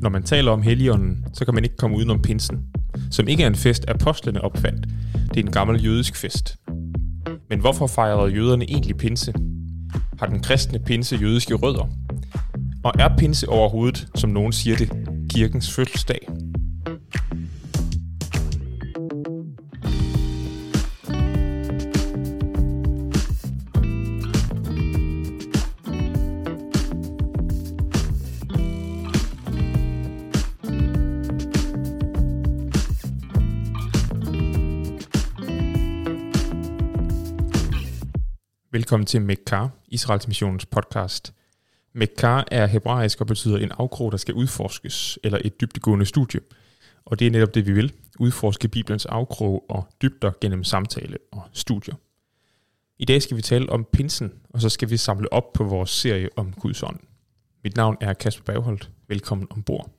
Når man taler om Helligånden, så kan man ikke komme udenom pinsen, som ikke er en fest, apostlene opfandt. Det er en gammel jødisk fest. Men hvorfor fejrede jøderne egentlig pinse? Har den kristne pinse jødiske rødder? Og er pinse overhovedet, som nogen siger det, kirkens fødselsdag? Velkommen til Mekar, Israels missionens podcast. Mekar er hebraisk og betyder en afkrog, der skal udforskes, eller et dybdegående studie. Og det er netop det, vi vil. Udforske Bibelens afkrog og dybder gennem samtale og studier. I dag skal vi tale om pinsen, og så skal vi samle op på vores serie om Guds ånd. Mit navn er Kasper Bagholdt. Velkommen ombord.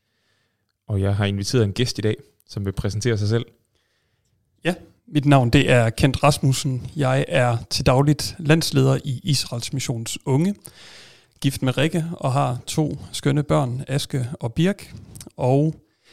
Og jeg har inviteret en gæst i dag, som vil præsentere sig selv. Ja, mit navn det er Kent Rasmussen. Jeg er til dagligt landsleder i Israels missions unge, gift med Rikke og har 2 skønne børn, Aske og Birk, og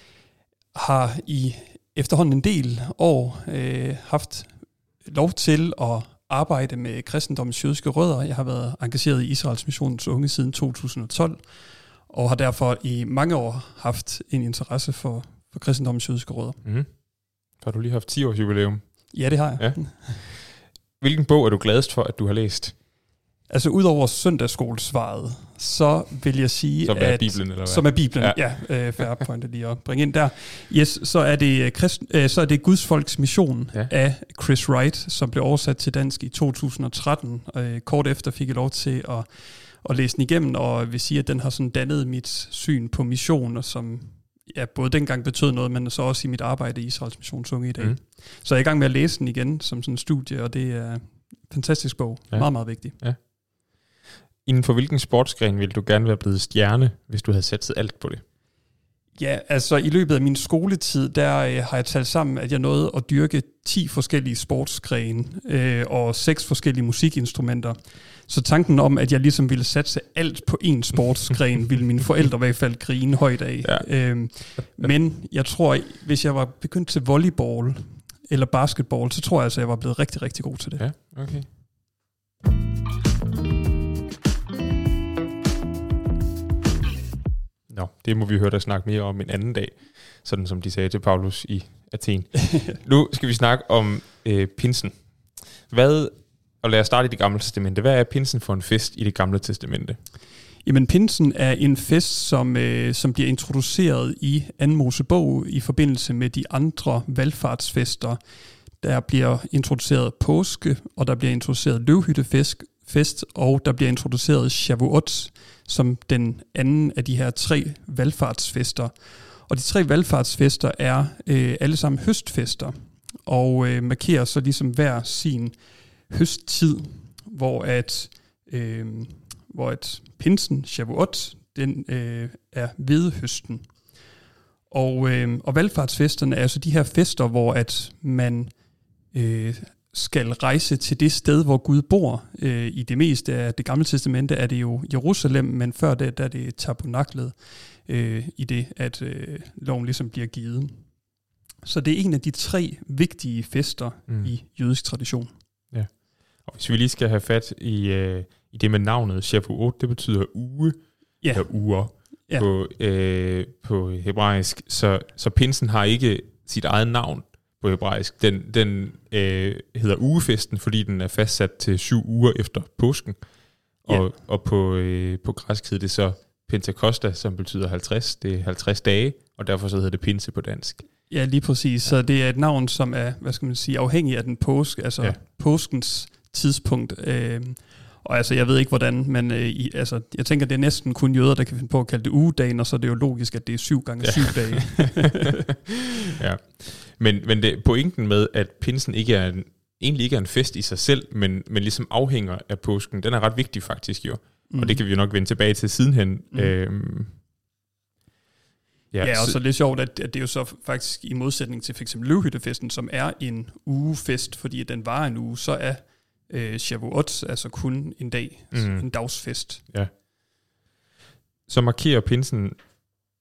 har i efterhånden en del år haft lov til at arbejde med kristendommens jødiske rødder. Jeg har været engageret i Israels missions unge siden 2012, og har derfor i mange år haft en interesse for kristendommens jødiske rødder. Mm. Har du lige haft 10 års jubilæum? Ja, det har jeg. Ja. Hvilken bog er du gladest for, at du har læst? Altså udover søndagsskolesvaret, så vil jeg sige, som er Bibelen, eller hvad? Som er Bibelen, ja. Fair point lige at bringe ind der. Yes, så er det Guds folks mission af Chris Wright, som blev oversat til dansk i 2013. Kort efter fik jeg lov til at læse den igennem, og vil sige, at den har sådan dannet mit syn på mission, og som både dengang betød noget, men så også i mit arbejde i Israels missions unge i dag. Mm. Så jeg er i gang med at læse den igen som sådan en studie, og det er en fantastisk bog. Ja. Meget, meget vigtig. Ja. Inden for hvilken sportsgren ville du gerne være blevet stjerne, hvis du havde satset alt på det? Ja, altså i løbet af min skoletid, der har jeg talt sammen, at jeg nåede at dyrke 10 forskellige sportsgrene og 6 forskellige musikinstrumenter. Så tanken om, at jeg ligesom ville satse alt på én sportsgren, ville mine forældre i hvert fald grine højt af. Ja. Men jeg tror, hvis jeg var begyndt til volleyball eller basketball, så tror jeg altså, at jeg var blevet rigtig, rigtig god til det. Ja, okay. Nå, det må vi høre dig snakke mere om en anden dag, sådan som de sagde til Paulus i Athen. Nu skal vi snakke om pinsen. Og lad os starte i Det Gamle Testamente. Hvad er pinsen for en fest i Det Gamle Testamente? Jamen, pinsen er en fest, som bliver introduceret i 2. Mosebog i forbindelse med de andre valfartsfester. Der bliver introduceret påske, og der bliver introduceret løvhyttefest, og der bliver introduceret Shavuot, som den anden af de her 3 valfartsfester. Og de 3 valfartsfester er alle sammen høstfester, og markerer så ligesom hver sin høsttid, hvor at pinsen, Shavuot, den er hvedehøsten. Og valfartsfesterne er altså de her fester, hvor at man skal rejse til det sted, hvor Gud bor. I det meste af Det Gamle Testamente er det jo Jerusalem, men før det, der er det tabernaklet, i det, at loven ligesom bliver givet. Så det er en af de 3 vigtige fester i jødisk tradition. Ja. Og hvis vi lige skal have fat i det med navnet Shavuot, det betyder uge, eller uger på hebraisk. Så pinsen har ikke sit eget navn på hebraisk. Den hedder ugefesten, fordi den er fastsat til 7 uger efter påsken. Og på græsk hedder det så Pentakosta, som betyder 50. Det er 50 dage, og derfor så hedder det pinse på dansk. Ja, lige præcis. Så det er et navn, som er, afhængig af den påske, altså påskens tidspunkt. Og altså, jeg ved ikke hvordan, men jeg tænker, det er næsten kun jøder, der kan finde på at kalde det ugedagen, og så er det jo logisk, at det er 7 gange 7 dage. Ja. Men pointen med, at pinsen egentlig ikke er en fest i sig selv, men ligesom afhænger af påsken, den er ret vigtig faktisk jo. Og det kan vi jo nok vende tilbage til sidenhen. Ja, og så lidt sjovt, at det er jo så faktisk i modsætning til f.eks. løvhyttefesten, som er en ugefest, fordi den varer en uge, så er Shavuot altså kun en dag, en dagsfest. Ja. Så markerer pinsen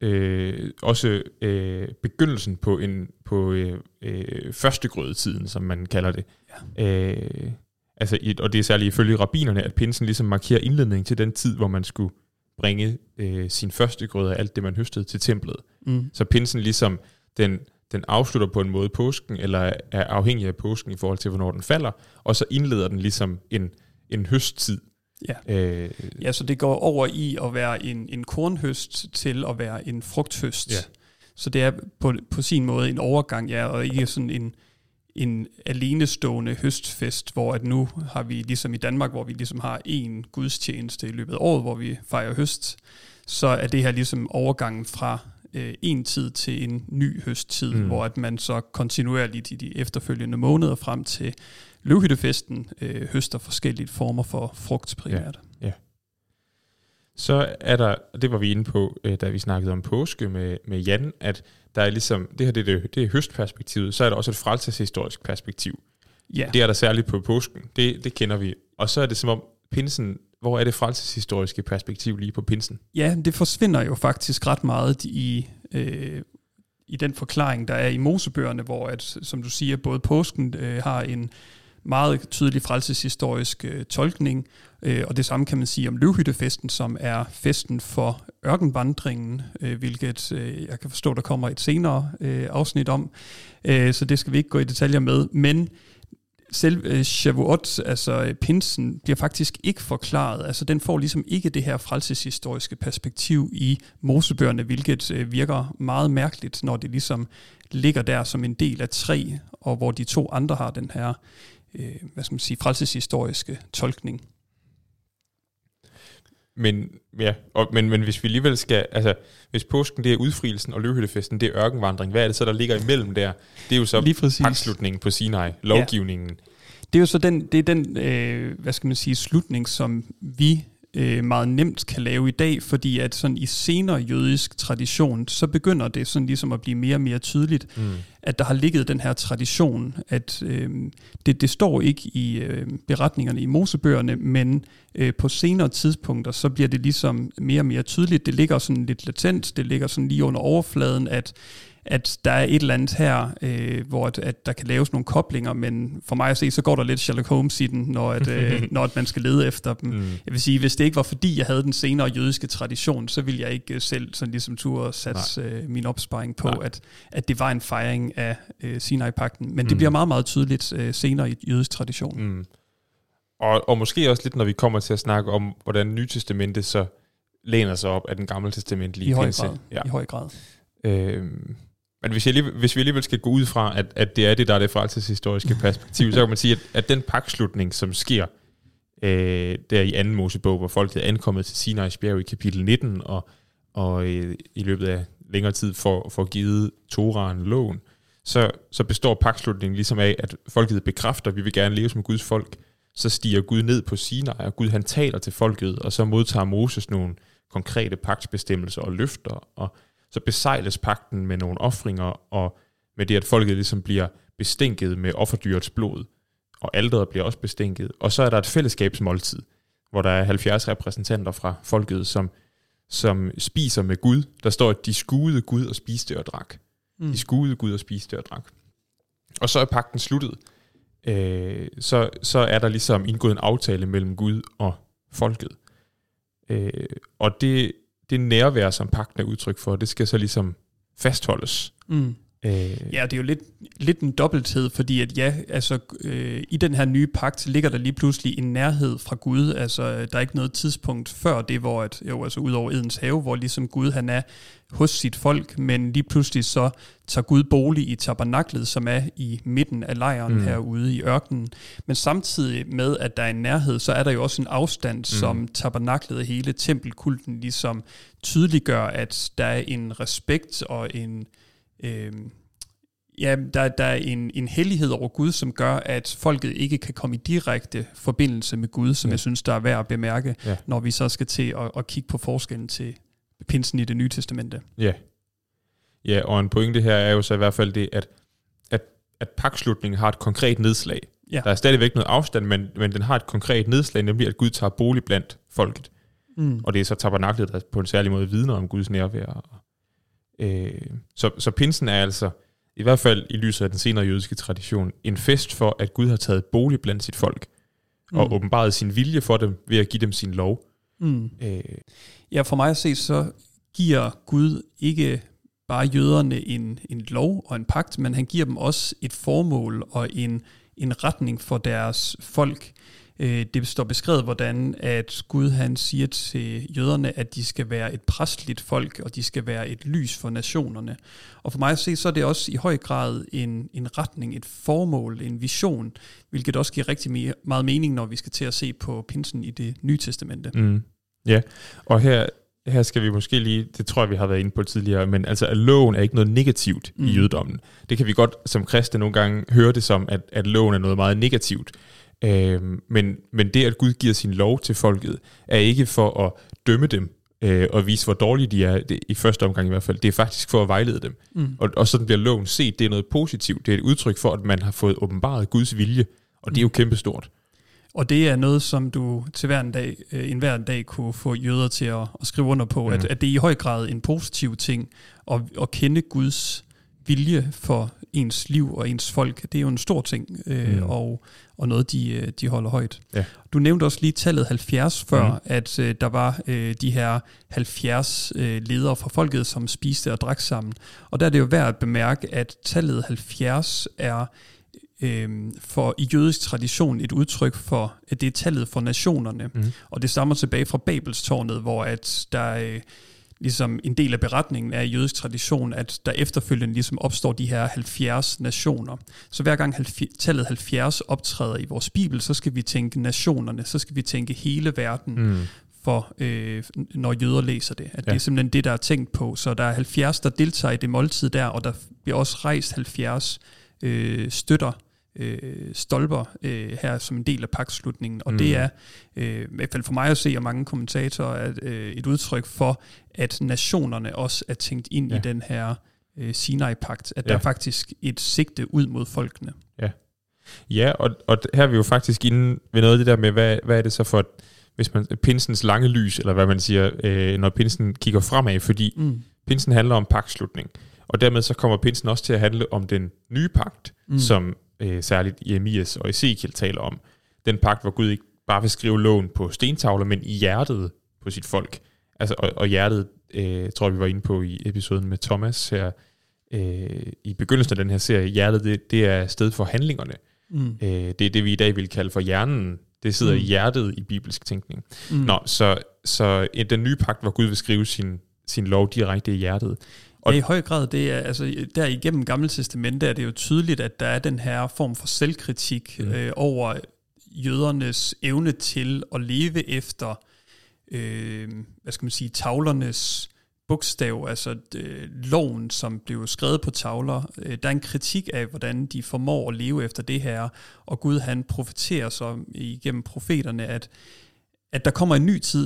også begyndelsen på førstegrødetiden, som man kalder det. Ja. Og det er særligt ifølge rabbinerne, at pinsen ligesom markerer indledningen til den tid, hvor man skulle bringe sin førstegrøde af alt det, man høstede til templet. Så pinsen ligesom, den afslutter på en måde påsken, eller er afhængig af påsken i forhold til, hvornår den falder, og så indleder den ligesom en høsttid. Ja. Så det går over i at være en kornhøst til at være en frugthøst. Ja. Så det er på sin måde en overgang, og ikke sådan en alenestående høstfest, hvor at nu har vi ligesom i Danmark, hvor vi ligesom har en gudstjeneste i løbet af året, hvor vi fejrer høst, så er det her ligesom overgangen fra en tid til en ny høsttid, hvor at man så kontinuerligt i de efterfølgende måneder frem til løvhyttefesten høster forskellige former for frugt primært. Ja. Så er der, det var vi inde på, da vi snakkede om påske med Jan, at der er ligesom, det her det er høstperspektivet, så er der også et frelseshistorisk perspektiv. Ja. Det er der særligt på påsken, det kender vi. Og så er det som om pinsen, hvor er det frelseshistoriske perspektiv lige på pinsen? Ja, det forsvinder jo faktisk ret meget i den forklaring, der er i Mosebøgerne, hvor at, som du siger, både påsken har en meget tydelig frelseshistorisk tolkning, og det samme kan man sige om løvhyttefesten, som er festen for ørkenvandringen, hvilket jeg kan forstå, der kommer et senere afsnit om, så det skal vi ikke gå i detaljer med, men selv Shavuot, altså pinsen, bliver faktisk ikke forklaret. Altså den får ligesom ikke det her frelseshistoriske perspektiv i Mosebøgerne, hvilket virker meget mærkeligt, når det ligesom ligger der som en del af 3, og hvor de 2 andre har den her frelseshistoriske tolkning. Men hvis vi alligevel skal, altså hvis påsken det er udfrielsen, og løvhyttefesten det er ørkenvandring, hvad er det så, der ligger imellem der? Det er jo så pagtslutningen på Sinai, lovgivningen. Ja. Det er jo så den slutning, som vi meget nemt kan lave i dag, fordi at sådan i senere jødisk tradition, så begynder det sådan ligesom at blive mere og mere tydeligt, at der har ligget den her tradition, at det står ikke i beretningerne i Mosebøgerne, men på senere tidspunkter, så bliver det ligesom mere og mere tydeligt. Det ligger sådan lidt latent, det ligger sådan lige under overfladen, at der er et eller andet her, hvor at der kan laves nogle koblinger, men for mig at se, så går der lidt Sherlock Holmes i den, når man skal lede efter dem. Jeg vil sige, hvis det ikke var fordi, jeg havde den senere jødiske tradition, så ville jeg ikke selv sådan ligesom turde satse min opsparing på, at det var en fejring af Sinai-pagten. Men det bliver meget, meget tydeligt senere i jødisk tradition. Og måske også lidt, når vi kommer til at snakke om, hvordan Nye Testamentet så læner sig op af den gamle testamentlige pinse. I høj grad. Men hvis vi alligevel skal gå ud fra, at det er det, der er det frelseshistoriske perspektiv, så kan man sige, at den pagtslutning, som sker der i 2. Mosebog, hvor folket er ankommet til Sinais bjerg i kapitel 19, og i løbet af længere tid får givet Torahen loven, så består pagtslutningen ligesom af, at folket bekræfter, at vi vil gerne leve som Guds folk. Så stiger Gud ned på Sinai, og Gud han taler til folket, og så modtager Moses nogle konkrete pagtsbestemmelser og løfter, og så besejles pagten med nogle ofringer, og med det, at folket ligesom bliver bestænket med offerdyrets blod, og alteret bliver også bestænket. Og så er der et fællesskabsmåltid, hvor der er 70 repræsentanter fra folket, som spiser med Gud. Der står, at de skuede Gud og spiste og drak. De skuede Gud og spiste og drak. Og så er pagten sluttet. Så er der ligesom indgået en aftale mellem Gud og folket. Og det nærvær, som pagten er udtryk for, det skal så ligesom fastholdes. Ja, det er jo lidt en dobbelthed, fordi at i den her nye pagt ligger der lige pludselig en nærhed fra Gud. Altså, der er ikke noget tidspunkt før det, hvor ud over Edens have, hvor ligesom Gud han er hos sit folk, men lige pludselig så tager Gud bolig i tabernaklet, som er i midten af lejren herude i ørkenen. Men samtidig med, at der er en nærhed, så er der jo også en afstand, som tabernaklet og hele tempelkulten ligesom tydeliggør, at der er en respekt og en der er en hellighed over Gud, som gør, at folket ikke kan komme i direkte forbindelse med Gud, som jeg synes, der er værd at bemærke, når vi så skal til at kigge på forskellen til pinsen i Det Nye Testamente. Ja, og en pointe her er jo så i hvert fald det, at pagtslutningen har et konkret nedslag. Ja. Der er stadigvæk noget afstand, men den har et konkret nedslag, nemlig at Gud tager bolig blandt folket. Og det er så tabernaklet, der på en særlig måde vidner om Guds nærvær. Så pinsen er altså, i hvert fald i lyset af den senere jødiske tradition, en fest for, at Gud har taget bolig blandt sit folk, og åbenbaret sin vilje for dem ved at give dem sin lov. Ja, for mig at se, så giver Gud ikke bare jøderne en lov og en pagt, men han giver dem også et formål og en retning for deres folk. Det står beskrevet, hvordan at Gud han siger til jøderne, at de skal være et præsteligt folk, og de skal være et lys for nationerne. Og for mig at se, så er det også i høj grad en retning, et formål, en vision, hvilket også giver rigtig meget mening, når vi skal til at se på pinsen i Det Nye Testamente. Ja, og her skal vi måske lige, det tror jeg, vi har været inde på tidligere, men altså, at loven er ikke noget negativt i jødedommen. Det kan vi godt som kristne nogle gange høre det som, at loven er noget meget negativt. Men det, at Gud giver sin lov til folket, er ikke for at dømme dem og vise, hvor dårlige de er, i første omgang i hvert fald. Det er faktisk for at vejlede dem. Og sådan bliver loven set. Det er noget positivt. Det er et udtryk for, at man har fået åbenbaret Guds vilje, og det er jo kæmpestort. Og det er noget, som du til hver dag kunne få jøder til at skrive under på, at det er i høj grad en positiv ting at kende Guds vilje for ens liv og ens folk. Det er jo en stor ting, og noget, de holder højt. Ja. Du nævnte også lige tallet 70 før, at der var de her 70 ledere fra folket, som spiste og drak sammen. Og der er det jo værd at bemærke, at tallet 70 er for i jødisk tradition et udtryk for, at det er tallet for nationerne. Og det stammer tilbage fra Babelstårnet, hvor at der ligesom en del af beretningen er i jødisk tradition, at der efterfølgende ligesom opstår de her 70 nationer. Så hver gang tallet 70 optræder i vores bibel, så skal vi tænke nationerne, så skal vi tænke hele verden, for når jøder læser det. At det er simpelthen det, der er tænkt på. Så der er 70, der deltager i det måltid der, og der bliver også rejst 70 stolper her som en del af pagtslutningen, og det er i hvert fald for mig at se, og mange kommentatorer, et udtryk for, at nationerne også er tænkt ind i den her Sinai-pagt, at der er faktisk et sigte ud mod folkene. Ja, og her er vi jo faktisk inde ved noget af det der med, hvad er det så for, hvis man pinsens lange lys, eller hvad man siger, når pinsen kigger fremad, fordi pinsen handler om pagtslutning, og dermed så kommer pinsen også til at handle om den nye pagt, som særligt Jeremias og Ezekiel taler om. Den pagt, hvor Gud ikke bare vil skrive loven på stentavler, men i hjertet på sit folk. Altså, og hjertet, tror jeg, vi var inde på i episoden med Thomas her, i begyndelsen af den her serie. Hjertet, det er sted for handlingerne. Det er det, vi i dag vil kalde for hjernen. Det sidder i hjertet i bibelsk tænkning. Så den nye pagt, hvor Gud vil skrive sin lov direkte i hjertet. Ja, i høj grad, det er, altså, der igennem Gamle Testamente er det jo tydeligt, at der er den her form for selvkritik over jødernes evne til at leve efter, tavlernes bogstav, altså loven, som blev skrevet på tavler. Der er en kritik af, hvordan de formår at leve efter det her, og Gud han profeterer så igennem profeterne, at der kommer en ny tid,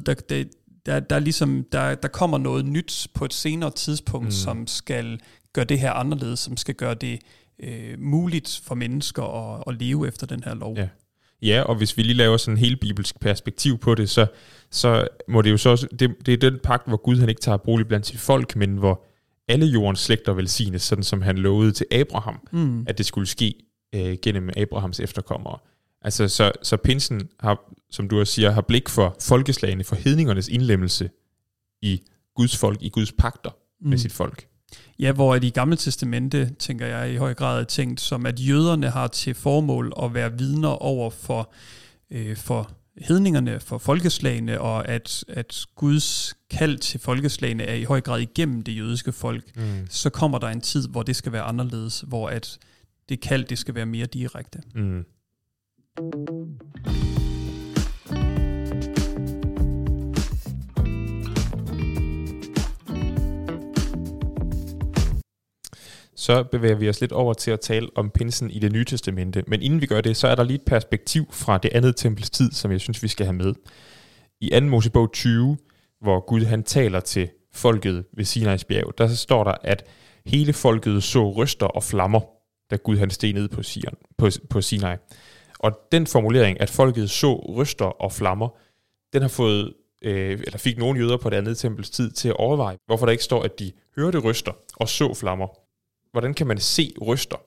der kommer noget nyt på et senere tidspunkt, som skal gøre det her anderledes, som skal gøre det muligt for mennesker at leve efter den her lov. Ja, og hvis vi lige laver sådan en helt bibelsk perspektiv på det, så må det jo så det er den pagt, hvor Gud han ikke tager bolig blandt sit folk, men hvor alle jordens slægter velsignes, sådan som han lovede til Abraham, at det skulle ske gennem Abrahams efterkommere. Altså, så pinsen har, som du også siger, har blik for folkeslagene, for hedningernes indlemmelse i Guds folk, i Guds pagter med sit folk. Ja, hvor i Gamle Testamente, tænker jeg i høj grad, er tænkt som, at jøderne har til formål at være vidner over for hedningerne, for folkeslagene, og at Guds kald til folkeslagene er i høj grad igennem det jødiske folk. Så kommer der en tid, hvor det skal være anderledes, hvor at det kald, det skal være mere direkte. Så bevæger vi os lidt over til at tale om pinsen i Det Nye Testamente. Men inden vi gør det, så er der lige et perspektiv fra det andet tempels tid, som jeg synes, vi skal have med. I 2. Mosebog 20, hvor Gud han taler til folket ved Sinais bjerg, der så står der, at hele folket så røster og flammer, da Gud han steg ned på Sinai. Og den formulering, at folket så røster og flammer, den har fået eller fik nogle jøder på det andet tempels tid til at overveje, hvorfor der ikke står, at de hørte røster og så flammer. Hvordan kan man se røster?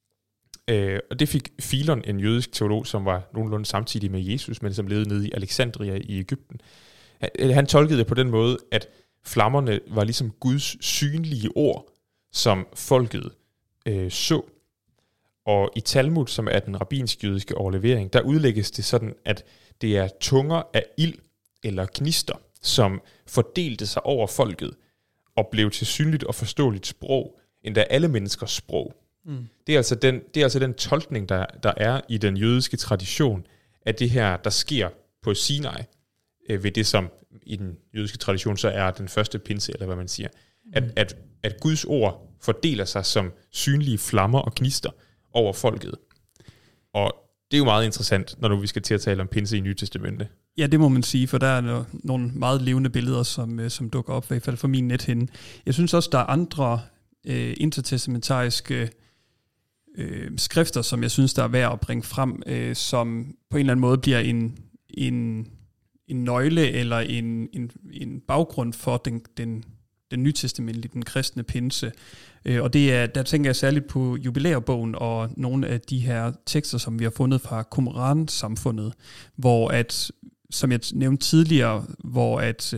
Og det fik Filon, en jødisk teolog, som var nogenlunde samtidig med Jesus, men som levede nede i Alexandria i Egypten. Han tolkede det på den måde, at flammerne var ligesom Guds synlige ord, som folket så. Og i Talmud, som er den rabbinsk-jødiske overlevering, der udlægges det sådan, at det er tunger af ild eller gnister, som fordelte sig over folket og blev til synligt og forståeligt sprog, endda alle menneskers sprog. Mm. Det er altså den tolkning, der er i den jødiske tradition, af det her, der sker på Sinai, ved det, som i den jødiske tradition så er den første pinse, eller hvad man siger. At Guds ord fordeler sig som synlige flammer og gnister over folket. Og det er jo meget interessant, når nu vi skal til at tale om pinse i Nye Testamente. Ja, det må man sige, for der er nogle meget levende billeder, som dukker op, i hvert fald for min nethinde. Jeg synes også, der er andre intertestamentariske skrifter, som jeg synes, der er værd at bringe frem, som på en eller anden måde bliver en nøgle eller en baggrund for den nytestamentlige, den kristne pinse. Og der tænker jeg særligt på jubilæerbogen og nogle af de her tekster, som vi har fundet fra Qumran-samfundet, hvor at, som jeg nævnte tidligere, hvor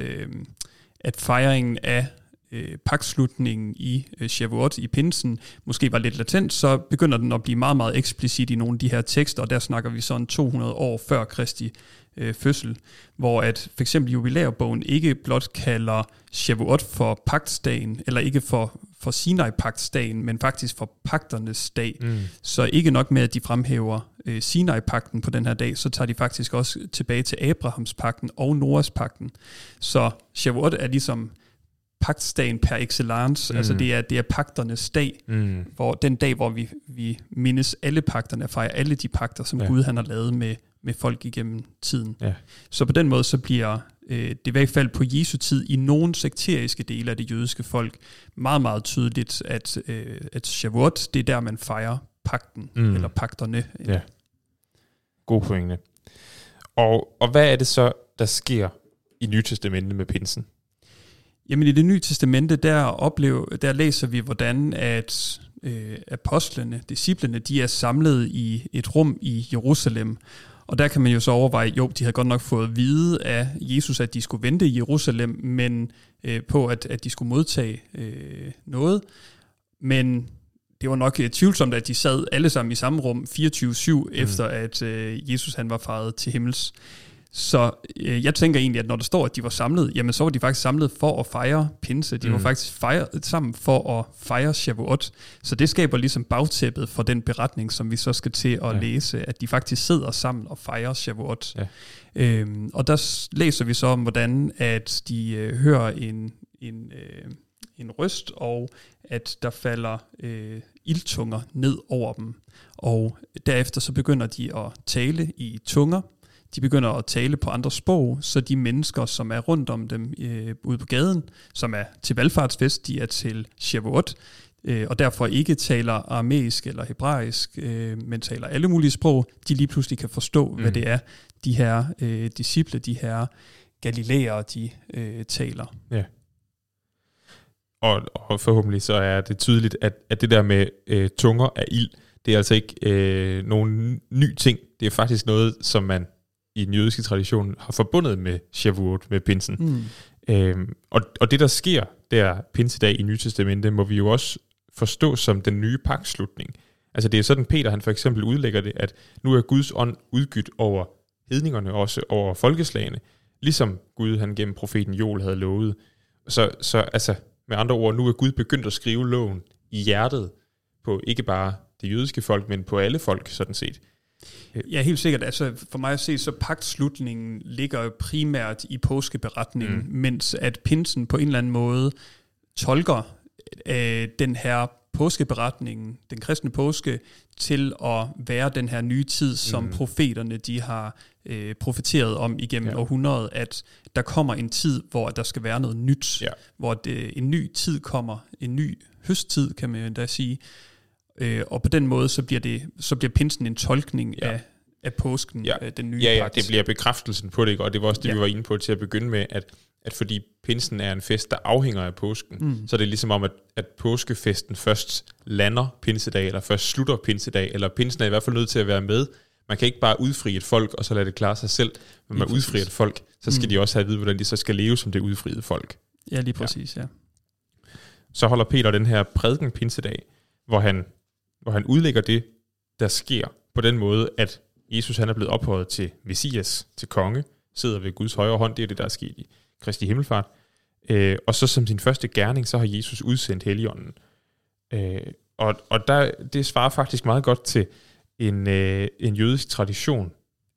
at fejringen af pagtslutningen i Shavuot, i pinsen, måske var lidt latent, så begynder den at blive meget, meget eksplicit i nogle af de her tekster, og der snakker vi sådan 200 år før Kristi fødsel, hvor at for eksempel jubilæerbogen ikke blot kalder Shavuot for pagtsdagen, eller ikke for Sinai-pagtsdagen, men faktisk for pagternes dag. Mm. Så ikke nok med, at de fremhæver Sinai-pagten på den her dag, så tager de faktisk også tilbage til Abrahams-pagten og Noahs-pagten. Så Shavuot er ligesom pagtsdagen per excellence, altså det er pagternes dag, hvor den dag, hvor vi mindes alle pagterne, fejrer alle de pagter, som Gud han har lavet med folk igennem tiden. Ja. Så på den måde, så bliver det i hvert fald på Jesu tid, i nogle sekteriske dele af det jødiske folk, meget, meget tydeligt, at Shavuot, det er der, man fejrer pagten, eller pagterne. Ja. God pointe. Og hvad er det så, der sker i Nye Testamentet med pinsen? Jamen i det Nye Testamente, der læser vi, hvordan at apostlene, disciplene, de er samlet i et rum i Jerusalem. Og der kan man jo så overveje, de havde godt nok fået at vide af Jesus, at de skulle vente i Jerusalem, men på at de skulle modtage noget. Men det var nok tvivlsomt, at de sad alle sammen i samme rum 24/7, efter at Jesus han var faret til himmels. Så jeg tænker egentlig, at når der står, at de var samlet, jamen så var de faktisk samlet for at fejre pinse. De var faktisk sammen for at fejre Shavuot. Så det skaber ligesom bagtæppet for den beretning, som vi så skal til at læse, at de faktisk sidder sammen og fejrer Shavuot. Ja. Og der læser vi så om, hvordan at de hører en røst, og at der falder ildtunger ned over dem. Og derefter så begynder de at tale i tunger. De begynder at tale på andre sprog, så de mennesker, som er rundt om dem ude på gaden, som er til valgfartsfest, de er til Shavuot, og derfor ikke taler aramæisk eller hebraisk, men taler alle mulige sprog, de lige pludselig kan forstå, hvad det er, de her disciple, de her galilæere, de taler. Ja. Og forhåbentlig så er det tydeligt, at det der med tunger af ild, det er altså ikke nogen ny ting. Det er faktisk noget, som man i den jødiske tradition har forbundet med Shavuot, med pinsen. Og det, der sker der pinsedag i Nye Testamente, må vi jo også forstå som den nye pagtslutning. Altså det er sådan, Peter han for eksempel udlægger det, at nu er Guds ånd udgydt over hedningerne, også over folkeslagene, ligesom Gud han gennem profeten Joel havde lovet. Så altså med andre ord, nu er Gud begyndt at skrive loven i hjertet på ikke bare det jødiske folk, men på alle folk sådan set. Ja, helt sikkert. Altså for mig at se, så pagtslutningen ligger jo primært i påskeberetningen, mens at pinsen på en eller anden måde tolker den her påskeberetningen, den kristne påske, til at være den her nye tid, som profeterne de har profeteret om igennem århundredet, at der kommer en tid, hvor der skal være noget nyt, hvor en ny tid kommer, en ny høsttid, kan man da sige. Og på den måde, så bliver pinsen en tolkning af påsken, den nye pagt. Det bliver bekræftelsen på det, ikke? Og det var også det, vi var inde på til at begynde med, at fordi pinsen er en fest, der afhænger af påsken, så er det ligesom om, at påskefesten først lander pinsedag, eller først slutter pinsedag, eller pinsen er i hvert fald nødt til at være med. Man kan ikke bare udfri et folk, og så lade det klare sig selv. Når man udfrier et folk, så skal de også have at vide, hvordan de så skal leve som det udfriede folk. Ja, lige præcis, ja. Så holder Peter den her prædiken pinsedag, hvor han udlægger det, der sker på den måde, at Jesus han er blevet ophøjet til Messias, til konge, sidder ved Guds højre hånd. Det er det, der er sket i Kristi himmelfart. Og så som sin første gerning, så har Jesus udsendt Helligånden. Og det svarer faktisk meget godt til en jødisk tradition,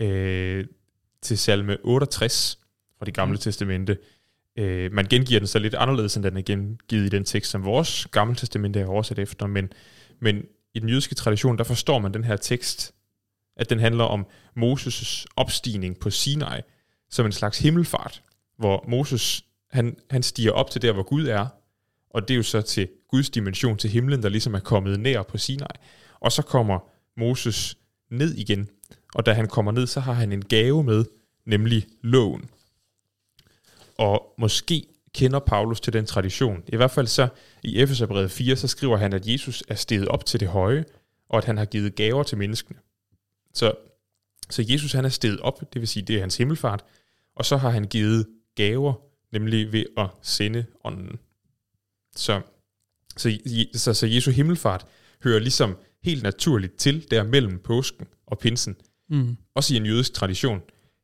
til salme 68 fra det gamle testamente. Man gengiver den så lidt anderledes, end den er gengivet i den tekst, som vores gamle testamente er oversat efter, men i den jødiske tradition, der forstår man den her tekst, at den handler om Moses' opstigning på Sinai, som en slags himmelfart, hvor Moses, han stiger op til der, hvor Gud er, og det er jo så til Guds dimension, til himlen, der ligesom er kommet nær på Sinai. Og så kommer Moses ned igen, og da han kommer ned, så har han en gave med, nemlig loven. Og måske kender Paulus til den tradition. I hvert fald så i Efeserbrevet 4, så skriver han, at Jesus er steget op til det høje, og at han har givet gaver til menneskene. Så Jesus han er steget op, det vil sige, det er hans himmelfart, og så har han givet gaver, nemlig ved at sende ånden. Så Jesu himmelfart hører ligesom helt naturligt til der mellem påsken og pinsen. Også i en jødisk tradition,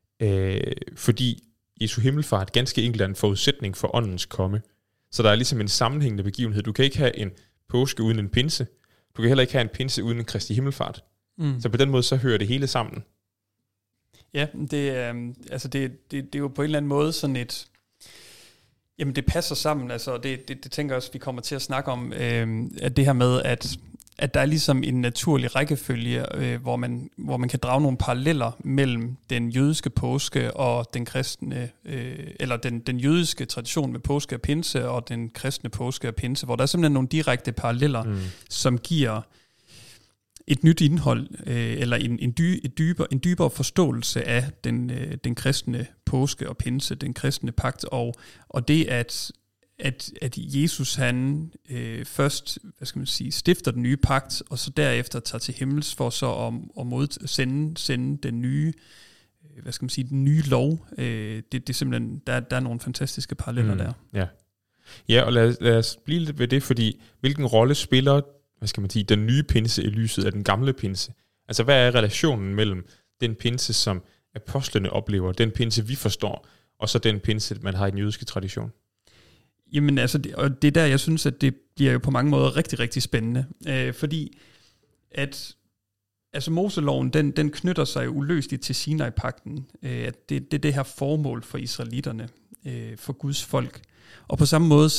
fordi Jesu himmelfart ganske enkelt er en forudsætning for åndens komme. Så der er ligesom en sammenhængende begivenhed. Du kan ikke have en påske uden en pinse. Du kan heller ikke have en pinse uden en Kristi himmelfart. Så på den måde, så hører det hele sammen. Ja, det er jo på en eller anden måde sådan et... Jamen, det passer sammen. Altså, det tænker jeg også, vi kommer til at snakke om, at det her med, at der er ligesom en naturlig rækkefølge, hvor man kan drage nogle paralleller mellem den jødiske påske og den kristne, eller den jødiske tradition med påske og pinse og den kristne påske og pinse, hvor der er simpelthen nogle direkte paralleller, som giver et nyt indhold, eller en dybere forståelse af den kristne påske og pinse, den kristne pagt, og det at Jesus han først, stifter den nye pagt, og så derefter tager til himmels for så at sende den nye, den nye lov. Det er simpelthen, der er nogle fantastiske paralleller der. Ja, og lad os blive lidt ved det, fordi hvilken rolle spiller den nye pinse i lyset af den gamle pinse? Altså, hvad er relationen mellem den pinse, som apostlene oplever, den pinse, vi forstår, og så den pinse, man har i den jødiske tradition? Jamen, altså, det er der, jeg synes, at det bliver jo på mange måder rigtig, rigtig spændende. Fordi at Moseloven, den knytter sig uløseligt til Sinai-pagten. At det er det her formål for israelitterne, for Guds folk. Og på samme måde,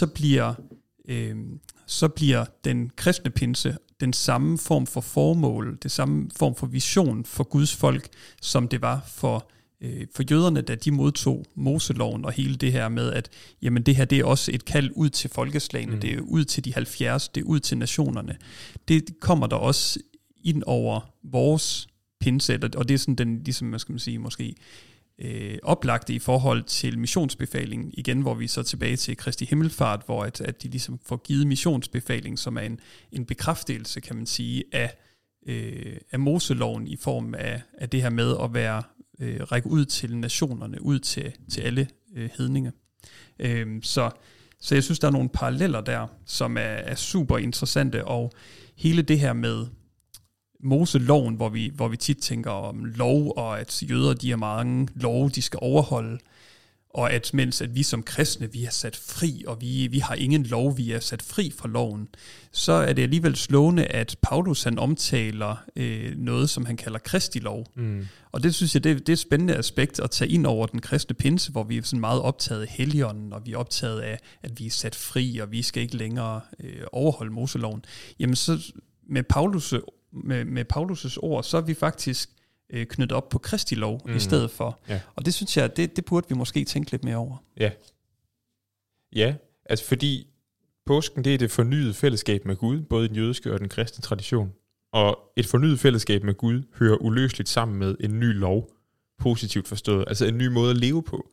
så bliver den kristne pinse den samme form for formål, det samme form for vision for Guds folk, som det var for jøderne, da de modtog Moseloven, og hele det her med, at jamen, det her det er også et kald ud til folkeslagene, det er ud til de 70, det er ud til nationerne. Det kommer der også ind over vores pinse, og det er sådan den, ligesom, måske oplagte i forhold til missionsbefalingen, igen, hvor vi så tilbage til Kristi himmelfart, hvor at de ligesom får givet missionsbefaling, som er en bekræftelse, kan man sige, af Moseloven i form af det her med at række ud til nationerne, ud til alle hedninge. Så jeg synes, der er nogle paralleller der, som er super interessante, og hele det her med Moseloven, hvor vi tit tænker om lov, og at jøder, de har mange love, de skal overholde, og at mens at vi som kristne, vi er sat fri, og vi har ingen lov, vi er sat fri fra loven, så er det alligevel slående, at Paulus han omtaler noget, som han kalder Kristi lov. Og det synes jeg, det er et spændende aspekt at tage ind over den kristne pinse, hvor vi er sådan meget optaget af Helligånden, og vi er optaget af, at vi er sat fri, og vi skal ikke længere overholde Moseloven. Jamen så med Paulus' ord, så er vi faktisk knyttet op på Kristi lov i stedet for. Ja. Og det synes jeg, det burde vi måske tænke lidt mere over. Ja, altså fordi påsken, det er det fornyede fællesskab med Gud, både i den jødiske og den kristne tradition. Og et fornyet fællesskab med Gud hører uløseligt sammen med en ny lov, positivt forstået, altså en ny måde at leve på.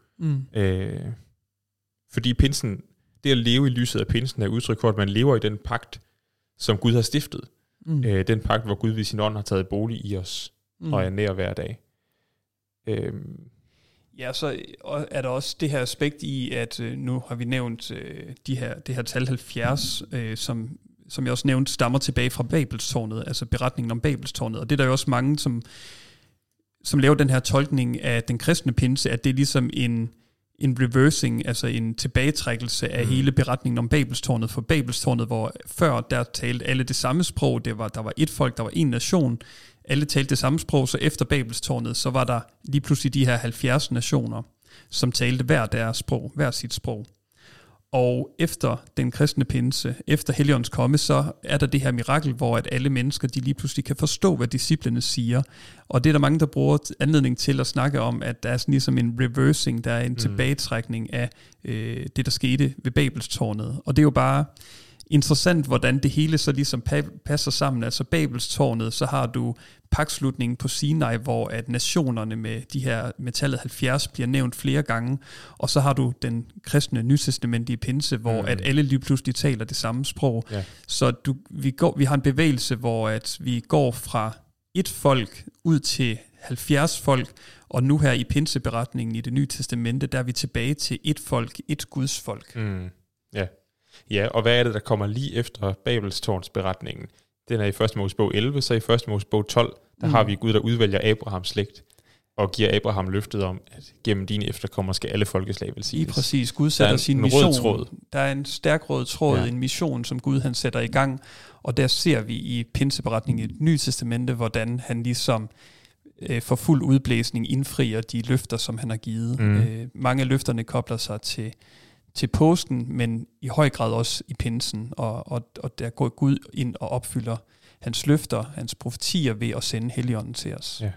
Fordi pinsen, det at leve i lyset af pinsen er udtryk for, at man lever i den pagt, som Gud har stiftet. Den pagt, hvor Gud ved sin ånd har taget bolig i os, og er nær hver dag. Ja, så er der også det her aspekt i, at nu har vi nævnt det her tal 70, som jeg også nævnte, stammer tilbage fra Babelstårnet, altså beretningen om Babelstårnet. Og det er der jo også mange, som laver den her tolkning af den kristne pinse, at det er ligesom en reversing, altså en tilbagetrækkelse af hele beretningen om Babelstårnet. For Babelstårnet, hvor før der talte alle det samme sprog, der var et folk, der var en nation, alle talte det samme sprog, så efter Babelstårnet, så var der lige pludselig de her 70 nationer, som talte hver sit sprog. Og efter den kristne pinse, efter Helligåndens komme, så er der det her mirakel, hvor at alle mennesker, de lige pludselig kan forstå, hvad disciplene siger. Og det er der mange, der bruger anledning til at snakke om, at der er sådan ligesom en reversing, der er en tilbagetrækning af det, der skete ved Babelstårnet. Og det er jo bare interessant, hvordan det hele så ligesom passer sammen. Altså Babelstårnet, så har du pagtslutningen på Sinai, hvor at nationerne med tallet 70 bliver nævnt flere gange, og så har du den kristne nytestamentlige pinse, hvor at alle lige pludselig taler det samme sprog. Ja. Så vi har en bevægelse, hvor at vi går fra et folk ud til 70 folk, og nu her i pinseberetningen i Det Nye Testamente, der er vi tilbage til et folk, et Guds folk. Ja. Ja, og hvad er det, der kommer lige efter Babelstårnsberetningen? Den er i 1. Mosebog 11, så i 1. Mosebog 12, der har vi Gud, der udvælger Abrahams slægt, og giver Abraham løftet om, at gennem dine efterkommere skal alle folkeslag velsignes. Lige præcis. Gud sætter sin mission. Der er en stærk rød tråd, en mission, som Gud han sætter i gang, og der ser vi i pinseberetningen i Det Nye Testamente, hvordan han ligesom for fuld udblæsning indfrier de løfter, som han har givet. Mange af løfterne kobler sig til påsken, men i høj grad også i pinsen, og der går Gud ind og opfylder hans løfter, hans profetier ved at sende Helligånden til os. Ja.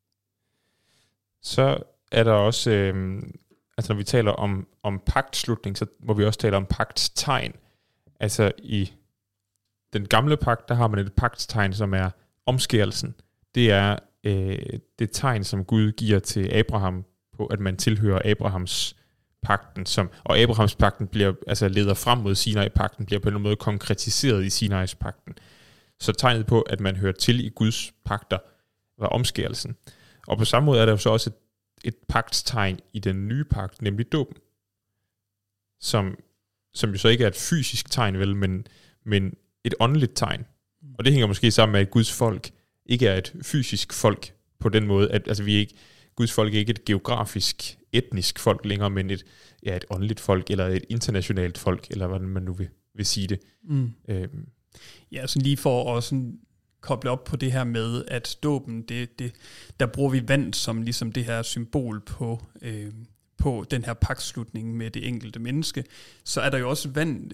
Så er der også, altså når vi taler om pagtslutning, så må vi også tale om pagtstegn. Altså i den gamle pagt, der har man et pagtstegn, som er omskærelsen. Det er det tegn, som Gud giver til Abraham på, at man tilhører Abrahams pagten, og Abrahams pagten bliver, altså leder frem mod Sinai-pagten, bliver på en måde konkretiseret i Sinais pagten. Så tegnet på, at man hører til i Guds pagter, var omskærelsen. Og på samme måde er der jo så også et pagtstegn i den nye pagt, nemlig dåben, som jo så ikke er et fysisk tegn, vel, men et åndeligt tegn. Og det hænger måske sammen med, at Guds folk ikke er et fysisk folk på den måde, at altså Guds folk er ikke et geografisk, etnisk folk længere, men et åndeligt folk, eller et internationalt folk, eller hvordan man nu vil sige det. Ja, sådan lige for at sådan koble op på det her med, at dåben, der bruger vi vand som ligesom det her symbol på den her pagtslutning med det enkelte menneske. Så er der jo også vand,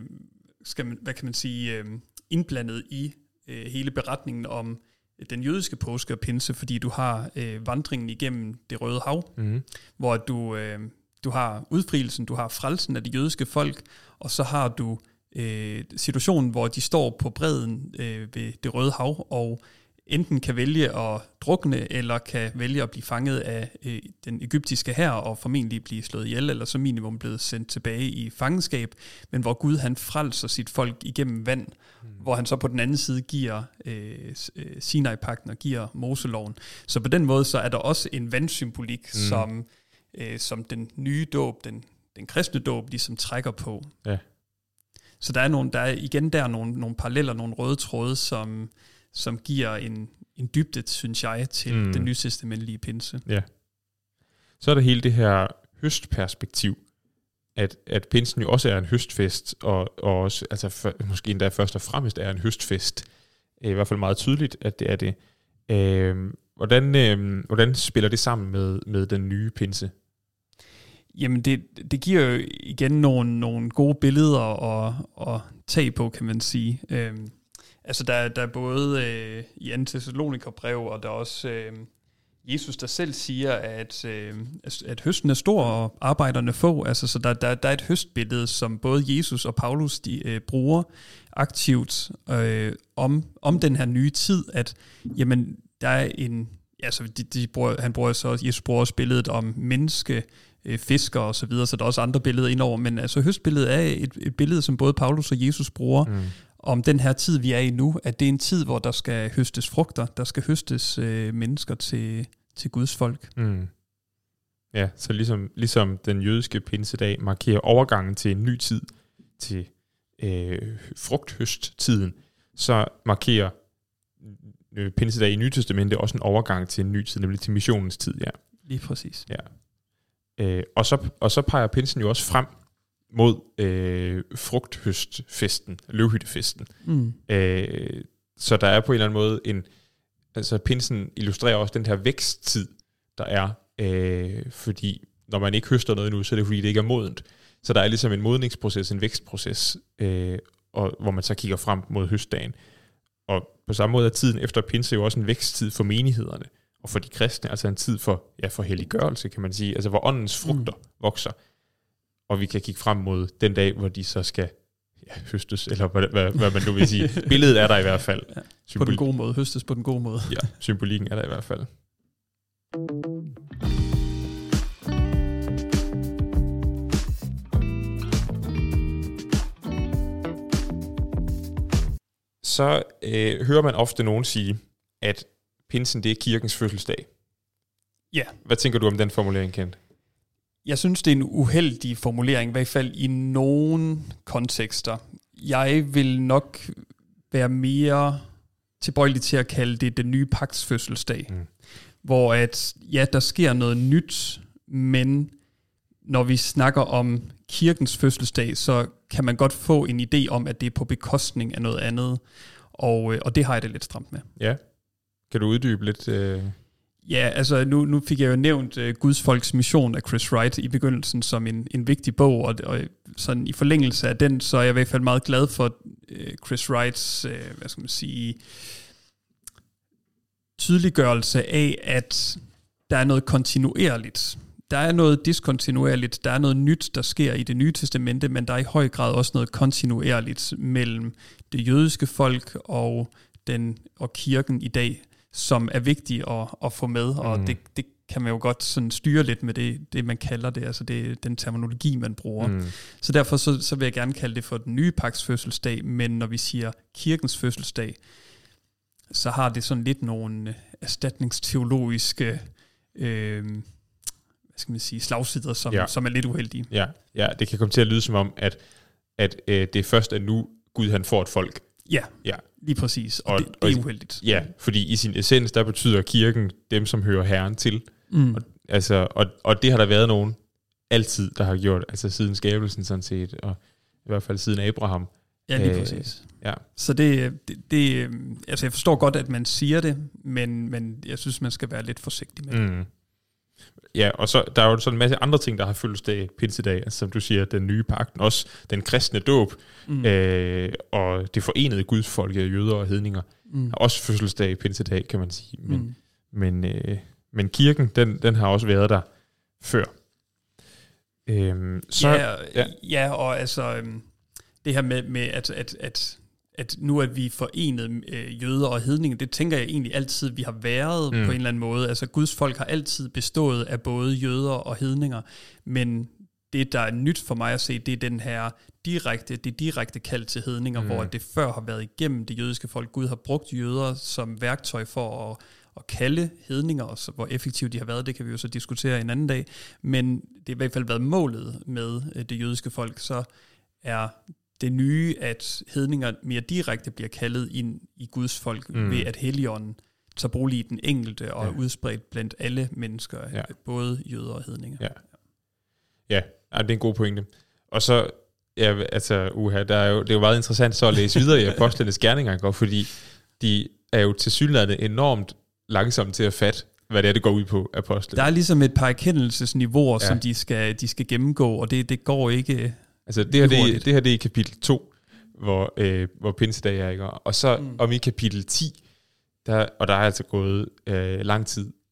indblandet i hele beretningen om den jødiske påske og pinse, fordi du har vandringen igennem det Røde Hav, hvor du har udfrielsen, du har frelsen af det jødiske folk, og så har du situationen, hvor de står på bredden ved det Røde Hav, og enten kan vælge at drukne, eller kan vælge at blive fanget af den egyptiske hær, og formentlig blive slået ihjel, eller som minimum blevet sendt tilbage i fangenskab, men hvor Gud han frelser sit folk igennem vand, hvor han så på den anden side giver Sinai-pagten og giver Moseloven. Så på den måde så er der også en vandsymbolik, som den nye dåb, den kristne dåb, ligesom trækker på. Ja. Så der er nogle paralleller, nogle røde tråde, som giver en dybde, synes jeg, til den nytestamentlige pinse. Ja. Så er der hele det her høstperspektiv, at pinsen jo også er en høstfest, og også, altså måske endda først og fremmest er en høstfest. I hvert fald meget tydeligt, at det er det. Hvordan spiller det sammen med den nye pinse? Jamen det giver jo igen nogle gode billeder at tage på, kan man sige. Altså der er både i 2. Thessalonikerbrev, og der er også Jesus der selv siger, at høsten er stor, og arbejderne få. Altså, så der er et høstbillede, som både Jesus og Paulus de bruger aktivt om den her nye tid, at jamen, der er en... Altså, Jesus bruger også billedet om menneske, fisker og så videre, så der er også andre billeder indover, men altså høstbilledet er et billede, som både Paulus og Jesus bruger, om den her tid, vi er i nu, at det er en tid, hvor der skal høstes frugter, der skal høstes mennesker til Guds folk. Mm. Ja, så ligesom den jødiske pinsedag markerer overgangen til en ny tid, til frugthøsttiden, så markerer pinsedag i Nye Testamentet også en overgang til en ny tid, nemlig til missionens tid. Ja. Lige præcis. Ja. Og så peger pinsen jo også frem mod frugthøstfesten, løvhyttefesten. Så der er på en eller anden måde altså pinsen illustrerer også den her væksttid, der er, fordi når man ikke høster noget nu, så er det fordi, det ikke er modent. Så der er ligesom en modningsproces, en vækstproces, og hvor man så kigger frem mod høstdagen. Og på samme måde er tiden efter pinse jo også en væksttid for menighederne, og for de kristne, altså en tid for helliggørelse, kan man sige, altså hvor åndens frugter vokser. Og vi kan kigge frem mod den dag, hvor de så skal høstes, eller hvad man nu vil sige. Billedet er der i hvert fald. Ja, på den gode måde, høstes på den gode måde. Ja, symbolikken er der i hvert fald. Så hører man ofte nogen sige, at pinsen det er kirkens fødselsdag. Ja. Hvad tænker du om den formulering, Kent? Jeg synes, det er en uheldig formulering, i hvert fald i nogle kontekster. Jeg vil nok være mere tilbøjelig til at kalde det den nye pagts fødselsdag. Hvor at, ja, der sker noget nyt, men når vi snakker om kirkens fødselsdag, så kan man godt få en idé om, at det er på bekostning af noget andet. Og det har jeg det lidt stramt med. Ja. Kan du uddybe lidt? Ja, altså nu fik jeg jo nævnt Guds Folks Mission af Chris Wright i begyndelsen som en vigtig bog, og sådan i forlængelse af den, så er jeg i hvert fald meget glad for Chris Wrights, tydeliggørelse af, at der er noget kontinuerligt. Der er noget diskontinuerligt, der er noget nyt, der sker i Det Nye Testamente, men der er i høj grad også noget kontinuerligt mellem det jødiske folk og kirken i dag, som er vigtigt at få med, og det kan man jo godt sådan styre lidt med det man kalder det, altså det den terminologi, man bruger. Så derfor så vil jeg gerne kalde det for den nye pagts fødselsdag, men når vi siger kirkens fødselsdag, så har det sådan lidt nogle erstatningsteologiske slagsider, som er lidt uheldige. Ja, det kan komme til at lyde som om, at det er først at nu Gud han får et folk. Ja. Lige præcis, og det er uheldigt. Ja, fordi i sin essens, der betyder kirken dem, som hører Herren til. Og det har der været nogen altid, der har gjort, altså siden skabelsen sådan set, og i hvert fald siden Abraham. Ja, lige præcis. Ja. Så det altså jeg forstår godt, at man siger det, men jeg synes, man skal være lidt forsigtig med det. Ja, og så der er jo sådan en masse andre ting, der har fødselsdag, pinsedag, altså, som du siger, den nye pagten, også den kristne dåb, og det forenede Guds folk, jøder og hedninger, har også fødselsdag, pinsedag, kan man sige. Men kirken, den har også været der før. Og altså det her med at nu er vi forenet jøder og hedninger, det tænker jeg egentlig altid, vi har været på en eller anden måde. Altså Guds folk har altid bestået af både jøder og hedninger, men det, der er nyt for mig at se, det er den her direkte kald til hedninger, hvor det før har været igennem det jødiske folk. Gud har brugt jøder som værktøj for at kalde hedninger, og så, hvor effektivt de har været, det kan vi jo så diskutere en anden dag, men det har i hvert fald været målet med det jødiske folk, så er det nye, at hedninger mere direkte bliver kaldet ind i Guds folk, ved at Helligånden tager bolig i den enkelte og er udspredt blandt alle mennesker, både jøder og hedninger. Ja, det er en god pointe. Og så, det er jo meget interessant så at læse videre i apostlenes gerninger, fordi de er jo tilsyneladende enormt langsomme til at fatte, hvad det går ud på, apostlene. Der er ligesom et par erkendelsesniveauer, som de skal gennemgå, og det går ikke. Altså det her det er i kapitel 2, hvor pinsedag er, ikke? Og så om i kapitel 10, der er altså gået lang tid,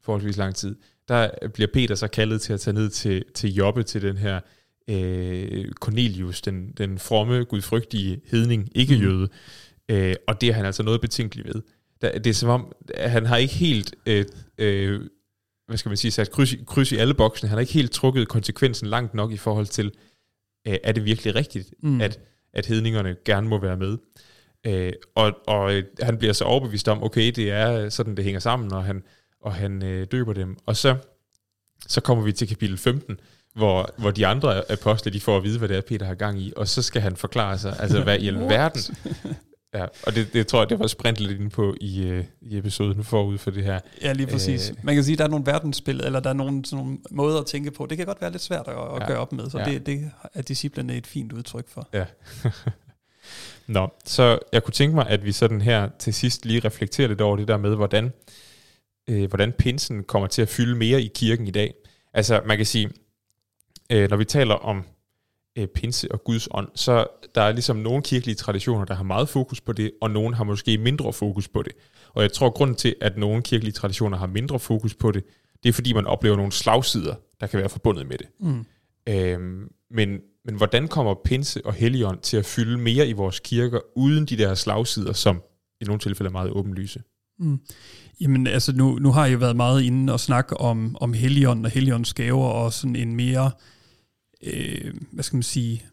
forholdsvis lang tid, der bliver Peter så kaldet til at tage ned til Joppe, til den her Cornelius, den fromme, gudfrygtige hedning, ikke jøde. Og det er han altså noget betænkelig ved. Det er som om, han har ikke helt, hvad skal man sige, sat kryds i alle boksene. Han har ikke helt trukket konsekvensen langt nok i forhold til, er det virkelig rigtigt, at hedningerne gerne må være med. Og han bliver så overbevist om, okay, det er sådan, det hænger sammen, og han døber dem. Og så kommer vi til kapitel 15, hvor de andre apostle, de får at vide, hvad det er, Peter har gang i, og så skal han forklare sig, altså hvad i alverden. Ja, og det tror jeg, det var sprint lidt inde på i episoden forud for det her. Ja, lige præcis. Man kan sige, at der er nogle verdensbilleder, eller der er nogle måder at tænke på. Det kan godt være lidt svært at gøre op med, så det er disciplerne et fint udtryk for. Ja. Nå, så jeg kunne tænke mig, at vi sådan her til sidst lige reflekterer lidt over det der med, hvordan pinsen kommer til at fylde mere i kirken i dag. Altså, man kan sige, når vi taler om pinse og Guds ånd, så der er ligesom nogle kirkelige traditioner, der har meget fokus på det, og nogle har måske mindre fokus på det. Og jeg tror, grunden til, at nogle kirkelige traditioner har mindre fokus på det, det er fordi, man oplever nogle slagsider, der kan være forbundet med det. Men hvordan kommer pinse og Helligånd til at fylde mere i vores kirker, uden de der slagsider, som i nogle tilfælde er meget åbenlyse? Jamen altså, nu har jeg jo været meget inde og snakke om Helligånd og Helligånds gaver, og sådan en mere, hvad skal man sige,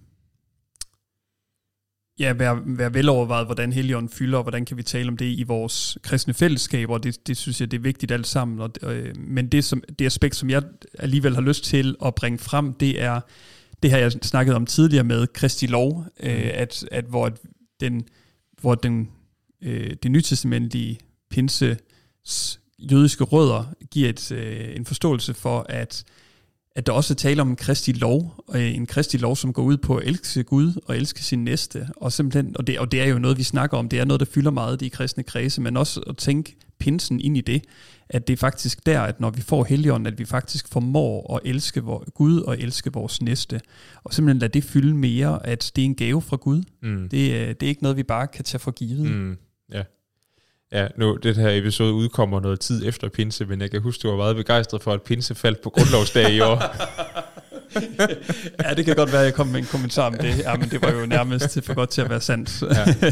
ja, være velovervejet, hvordan Helligånden fylder, og hvordan kan vi tale om det i vores kristne fællesskaber, og det synes jeg, det er vigtigt alt sammen. Men det aspekt, som jeg alligevel har lyst til at bringe frem, det er, det har jeg snakket om tidligere med Kristi lov, at hvor det nytestamentlige pinses jødiske rødder giver en forståelse for, at der også er tale om en Kristi lov, som går ud på at elske Gud og elske sin næste, og simpelthen, og det er jo noget, vi snakker om, det er noget, der fylder meget i kristne kredse, men også at tænke pinsen ind i det, at det er faktisk der, at når vi får Helligånden, at vi faktisk formår at elske Gud og elske vores næste, og simpelthen lade det fylde mere, at det er en gave fra Gud. Det er ikke noget, vi bare kan tage for givet. Ja, nu det her episode udkommer noget tid efter pinse, men jeg kan huske, du var meget begejstret for, at pinse faldt på grundlovsdag i år. Ja, det kan godt være, at jeg kom med en kommentar om det. Ja, men det var jo nærmest for godt til at være sandt.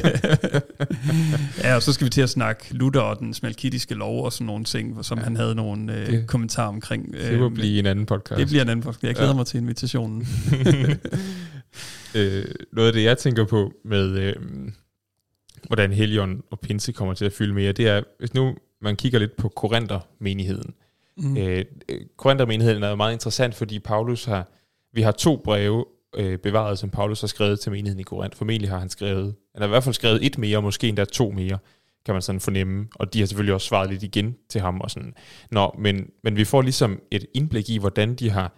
Ja, og så skal vi til at snakke Luther og den smalkittiske lov og sådan nogle ting, som han havde nogle kommentarer omkring. Det må blive en anden podcast. Det bliver en anden podcast. Jeg glæder mig til invitationen. Noget af det, jeg tænker på med hvordan Helligånd og pinse kommer til at fylde mere, det er, hvis nu man kigger lidt på Korinther-menigheden. Korinther-menigheden er jo meget interessant, fordi vi har 2 breve bevaret, som Paulus har skrevet til menigheden i Korinth. Formentlig har han i hvert fald skrevet 1 mere, måske endda 2 mere, kan man sådan fornemme. Og de har selvfølgelig også svaret lidt igen til ham. Og sådan. Men vi får ligesom et indblik i, hvordan de har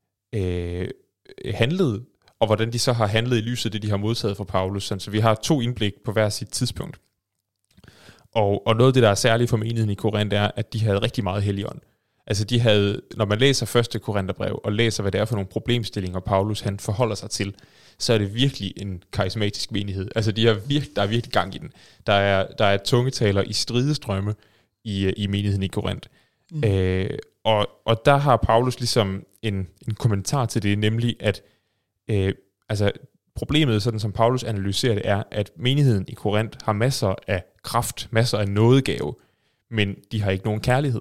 handlet, og hvordan de så har handlet i lyset af det, de har modtaget fra Paulus. Så vi har 2 indblik på hver sit tidspunkt. Og noget af det, der er særligt for menigheden i Korinth, er, at de havde rigtig meget Helligånd. Altså de havde, når man læser 1. Korintherbrev, og læser, hvad det er for nogle problemstillinger, Paulus han forholder sig til, så er det virkelig en karismatisk menighed. Altså der er virkelig gang i den. Der er tungetaler i stridestrømme i menigheden i Korinth. Og der har Paulus ligesom en kommentar til det, nemlig at problemet, sådan som Paulus analyserer det, er, at menigheden i Korinth har masser af kraft, masser af nådegave, men de har ikke nogen kærlighed.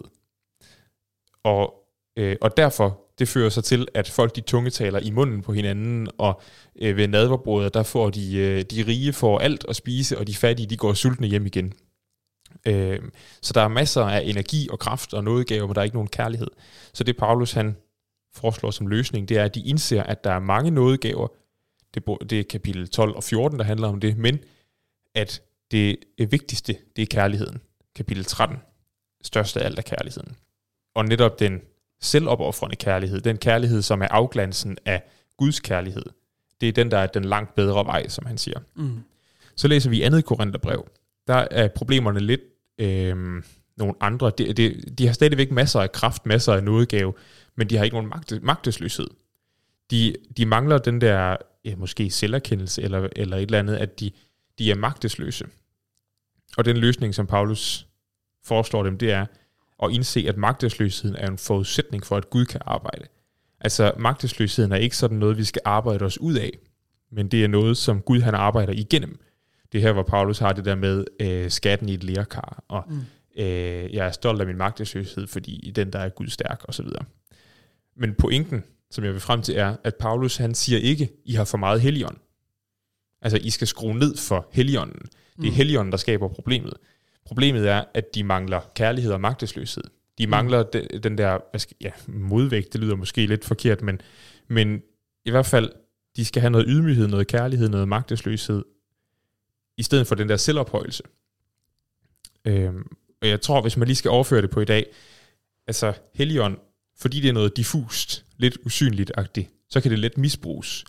Og derfor, det fører sig til, at folk de tungetaler i munden på hinanden, og ved nadverbordet, der får de rige får alt at spise, og de fattige, de går sultne hjem igen. Så der er masser af energi og kraft og nådegave, men der er ikke nogen kærlighed. Så det Paulus han foreslår som løsning, det er, at de indser, at der er mange nådegaver. Det er kapitel 12 og 14, der handler om det, men at det vigtigste, det er kærligheden. Kapitel 13, største af alt er kærligheden. Og netop den selvopofrende kærlighed, den kærlighed, som er afglansen af Guds kærlighed, det er den, der er den langt bedre vej, som han siger. Så læser vi 2. Korintherbrev. Der er problemerne lidt nogle andre. De har stadigvæk masser af kraft, masser af nådegave, men de har ikke nogen magtesløshed. De mangler den der, måske selverkendelse eller et eller andet, at de er magtesløse. Og den løsning, som Paulus foreslår dem, det er, og indse, at magtesløsheden er en forudsætning for, at Gud kan arbejde. Altså magtesløsheden er ikke sådan noget, vi skal arbejde os ud af, men det er noget, som Gud han arbejder igennem. Det her, hvor Paulus har det der med skatten i et lerkar, og jeg er stolt af min magtesløshed, fordi den der er Gud stærk, osv. Men pointen, som jeg vil frem til, er, at Paulus han siger ikke, I har for meget Helligånd. Altså, I skal skrue ned for Helligånden. Det er Helligånden, der skaber problemet. Problemet er, at de mangler kærlighed og magtesløshed. De mangler den der modvægt, det lyder måske lidt forkert, men i hvert fald, de skal have noget ydmyghed, noget kærlighed, noget magtesløshed, i stedet for den der selvophøjelse. Og jeg tror, hvis man lige skal overføre det på i dag, altså Helligånd, fordi det er noget diffust, lidt usynligt-agtigt, så kan det let misbruges.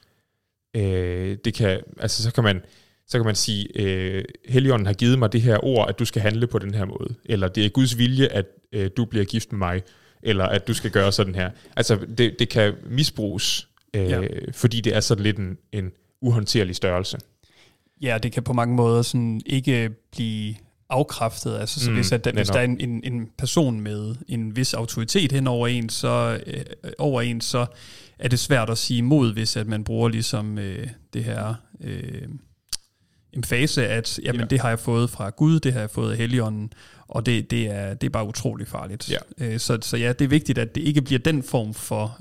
Så kan man sige, Helligånden har givet mig det her ord, at du skal handle på den her måde, eller det er Guds vilje, at du bliver gift med mig, eller at du skal gøre sådan her. Altså det kan misbruges, fordi det er sådan lidt en uhåndterlig størrelse. Ja, det kan på mange måder sådan ikke blive afkræftet. Altså, så hvis der er en person med en vis autoritet hen over en, så er det svært at sige imod, hvis at man bruger ligesom det her emfase, at jamen, det har jeg fået fra Gud, det har jeg fået af Helligånden, og det er bare utrolig farligt. Ja. Så ja, det er vigtigt, at det ikke bliver den form for,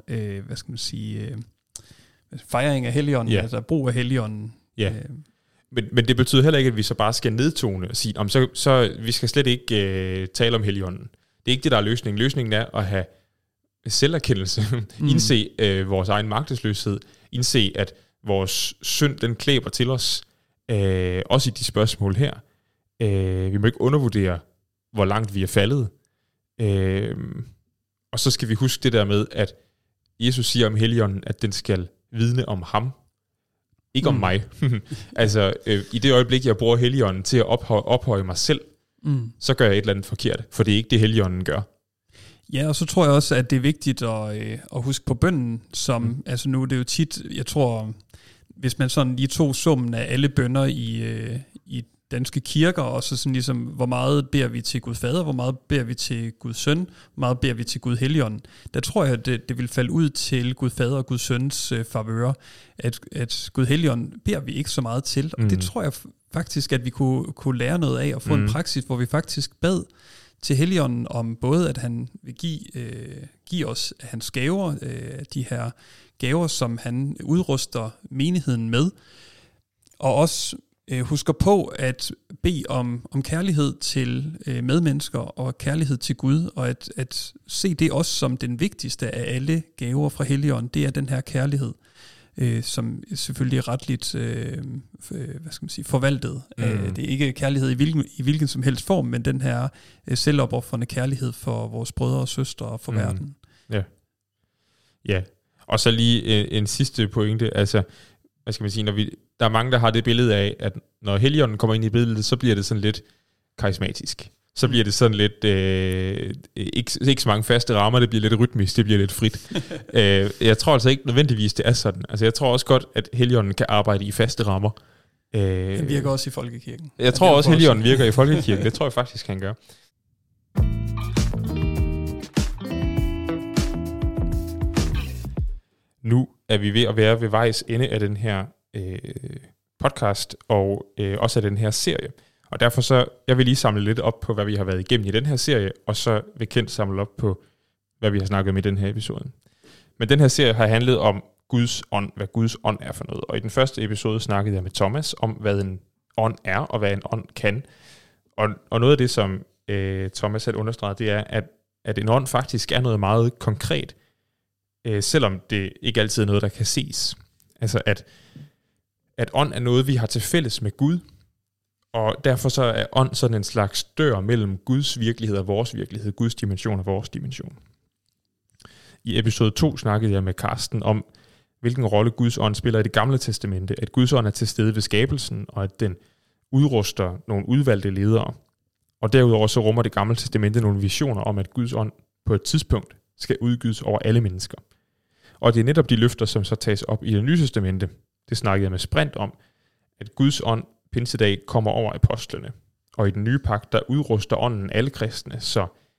fejring af Helligånden, altså brug af Helligånden. Ja. Men det betyder heller ikke, at vi så bare skal nedtone og sige, så vi skal slet ikke tale om Helligånden. Det er ikke det, der er løsningen. Løsningen er at have selverkendelse, indse vores egen magtesløshed, indse, at vores synd, den klæber til os, også i de spørgsmål her. Vi må ikke undervurdere, hvor langt vi er faldet. Og så skal vi huske det der med, at Jesus siger om Helligånden, at den skal vidne om ham, ikke om mig. Altså, i det øjeblik, jeg bruger Helligånden til at ophøje mig selv, så gør jeg et eller andet forkert, for det er ikke det, Helligånden gør. Ja, og så tror jeg også, at det er vigtigt at huske på bønnen, som, altså nu er det jo tit, jeg tror, hvis man sådan lige tog summen af alle bønner i danske kirker, og så sådan ligesom, hvor meget beder vi til Gud Fader, hvor meget beder vi til Gud Søn, hvor meget beder vi til Gud Helligånden. Der tror jeg, at det vil falde ud til Gud Fader og Gud Søns favør, at Gud Helligånden beder vi ikke så meget til, og det tror jeg faktisk, at vi kunne lære noget af, og få en praksis, hvor vi faktisk bad til Helligånden om både, at han vil give os hans gaver, de her gaver, som han udruster menigheden med, og også husker på at bede om kærlighed til medmennesker og kærlighed til Gud, og at se det også som den vigtigste af alle gaver fra Helligånden, det er den her kærlighed, som selvfølgelig er retligt forvaltet. Det er ikke kærlighed i hvilken som helst form, men den her selvopofrende kærlighed for vores brødre og søstre og for verden. Ja. Og så lige en sidste pointe, altså, hvad skal man sige, der er mange, der har det billede af, at når Helligånden kommer ind i billedet, så bliver det sådan lidt karismatisk. Så bliver det sådan lidt, ikke så mange faste rammer, det bliver lidt rytmisk, det bliver lidt frit. Jeg tror altså ikke nødvendigvis, det er sådan. Altså jeg tror også godt, at Helligånden kan arbejde i faste rammer. Den virker også i folkekirken. Jeg tror også, Helligånden virker i folkekirken. Det tror jeg faktisk, han gør. Nu er vi ved at være ved vejs ende af den her podcast, og også af den her serie. Og derfor så, jeg vil lige samle lidt op på, hvad vi har været igennem i den her serie, og så vil Kent samle op på, hvad vi har snakket om i den her episode. Men den her serie har handlet om Guds ånd, hvad Guds ånd er for noget. Og i den første episode snakkede jeg med Thomas om, hvad en ånd er, og hvad en ånd kan. Og noget af det, som Thomas havde understreget, det er, at en ånd faktisk er noget meget konkret, selvom det ikke altid er noget, der kan ses. Altså at ånd er noget, vi har til fælles med Gud, og derfor så er ånd sådan en slags dør mellem Guds virkelighed og vores virkelighed, Guds dimension og vores dimension. I episode 2 snakkede jeg med Karsten om, hvilken rolle Guds ånd spiller i Det Gamle Testamente, at Guds ånd er til stede ved skabelsen, og at den udruster nogle udvalgte ledere. Og derudover så rummer Det Gamle Testamente nogle visioner om, at Guds ånd på et tidspunkt skal udgydes over alle mennesker. Og det er netop de løfter, som så tages op i Det Nye Testamente. Det snakkede jeg med Sprint om, at Guds ånd pinsedag kommer over apostlene. Og i den nye pagt, der udruster ånden alle kristne, så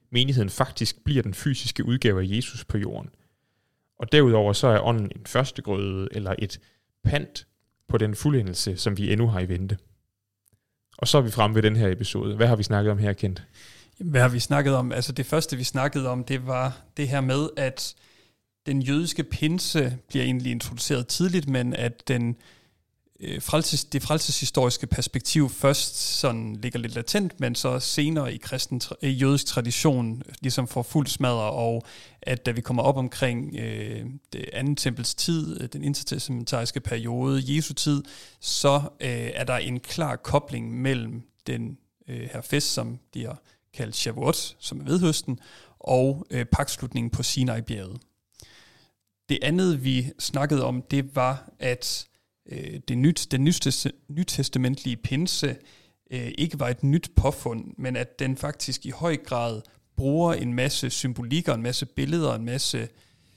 menigheden faktisk bliver den fysiske udgave af Jesus på jorden. Og derudover så er ånden en førstegrøde eller et pant på den fuldendelse, som vi endnu har i vente. Og så er vi fremme ved den her episode. Hvad har vi snakket om her, Kent? Hvad har vi snakket om? Altså det første, vi snakkede om, det var det her med, at den jødiske pinse bliver egentlig introduceret tidligt, men at det frelseshistoriske perspektiv først sådan ligger lidt latent, men så senere i jødisk tradition ligesom får fuld smadret, og at da vi kommer op omkring det anden tempels tid, den intertestamentariske periode, Jesu tid, så er der en klar kobling mellem den her fest, som bliver kaldt Shavuot, som er vedhøsten, og pagtslutningen på Sinai-bjerget. Det andet, vi snakkede om, det var, at den nytestamentlige pinse ikke var et nyt påfund, men at den faktisk i høj grad bruger en masse symbolikker, en masse billeder, en masse...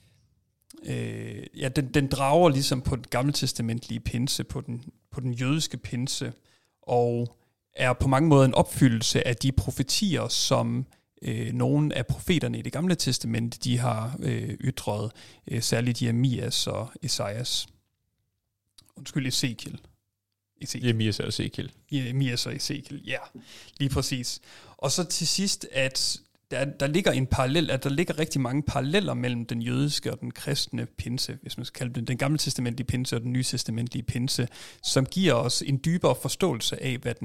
den drager ligesom på den gammeltestamentlige pinse, på den jødiske pinse, og er på mange måder en opfyldelse af de profetier, som nogle af profeterne i det gamle testamente, de har ytret, særligt Jeremias og Esajas. Ezekiel. Jeremias og Ezekiel. Jeremias og Ezekiel, ja, lige præcis. Og så til sidst, at der ligger en parallel, at der ligger rigtig mange paralleller mellem den jødiske og den kristne pinse, hvis man skal kalde den gamle testamentlige pinse og den nye testamentlige pinse, som giver os en dybere forståelse af, hvad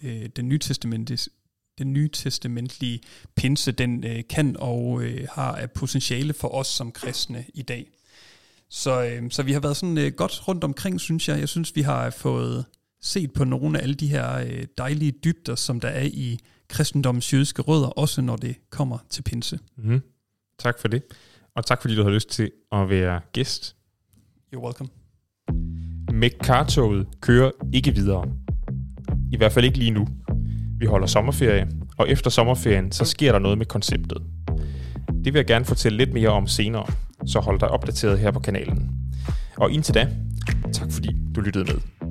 den nytestamentlige pinse, den kan og har af potentiale for os som kristne i dag. Så vi har været sådan godt rundt omkring, synes jeg. Jeg synes, vi har fået set på nogle af alle de her dejlige dybder, som der er i kristendommens jødiske rødder, også når det kommer til pinse. Mm-hmm. Tak for det. Og tak fordi du har lyst til at være gæst. You're welcome. Mekka-toget kører ikke videre. I hvert fald ikke lige nu. Vi holder sommerferie, og efter sommerferien, så sker der noget med konceptet. Det vil jeg gerne fortælle lidt mere om senere, så hold dig opdateret her på kanalen. Og indtil da, tak fordi du lyttede med.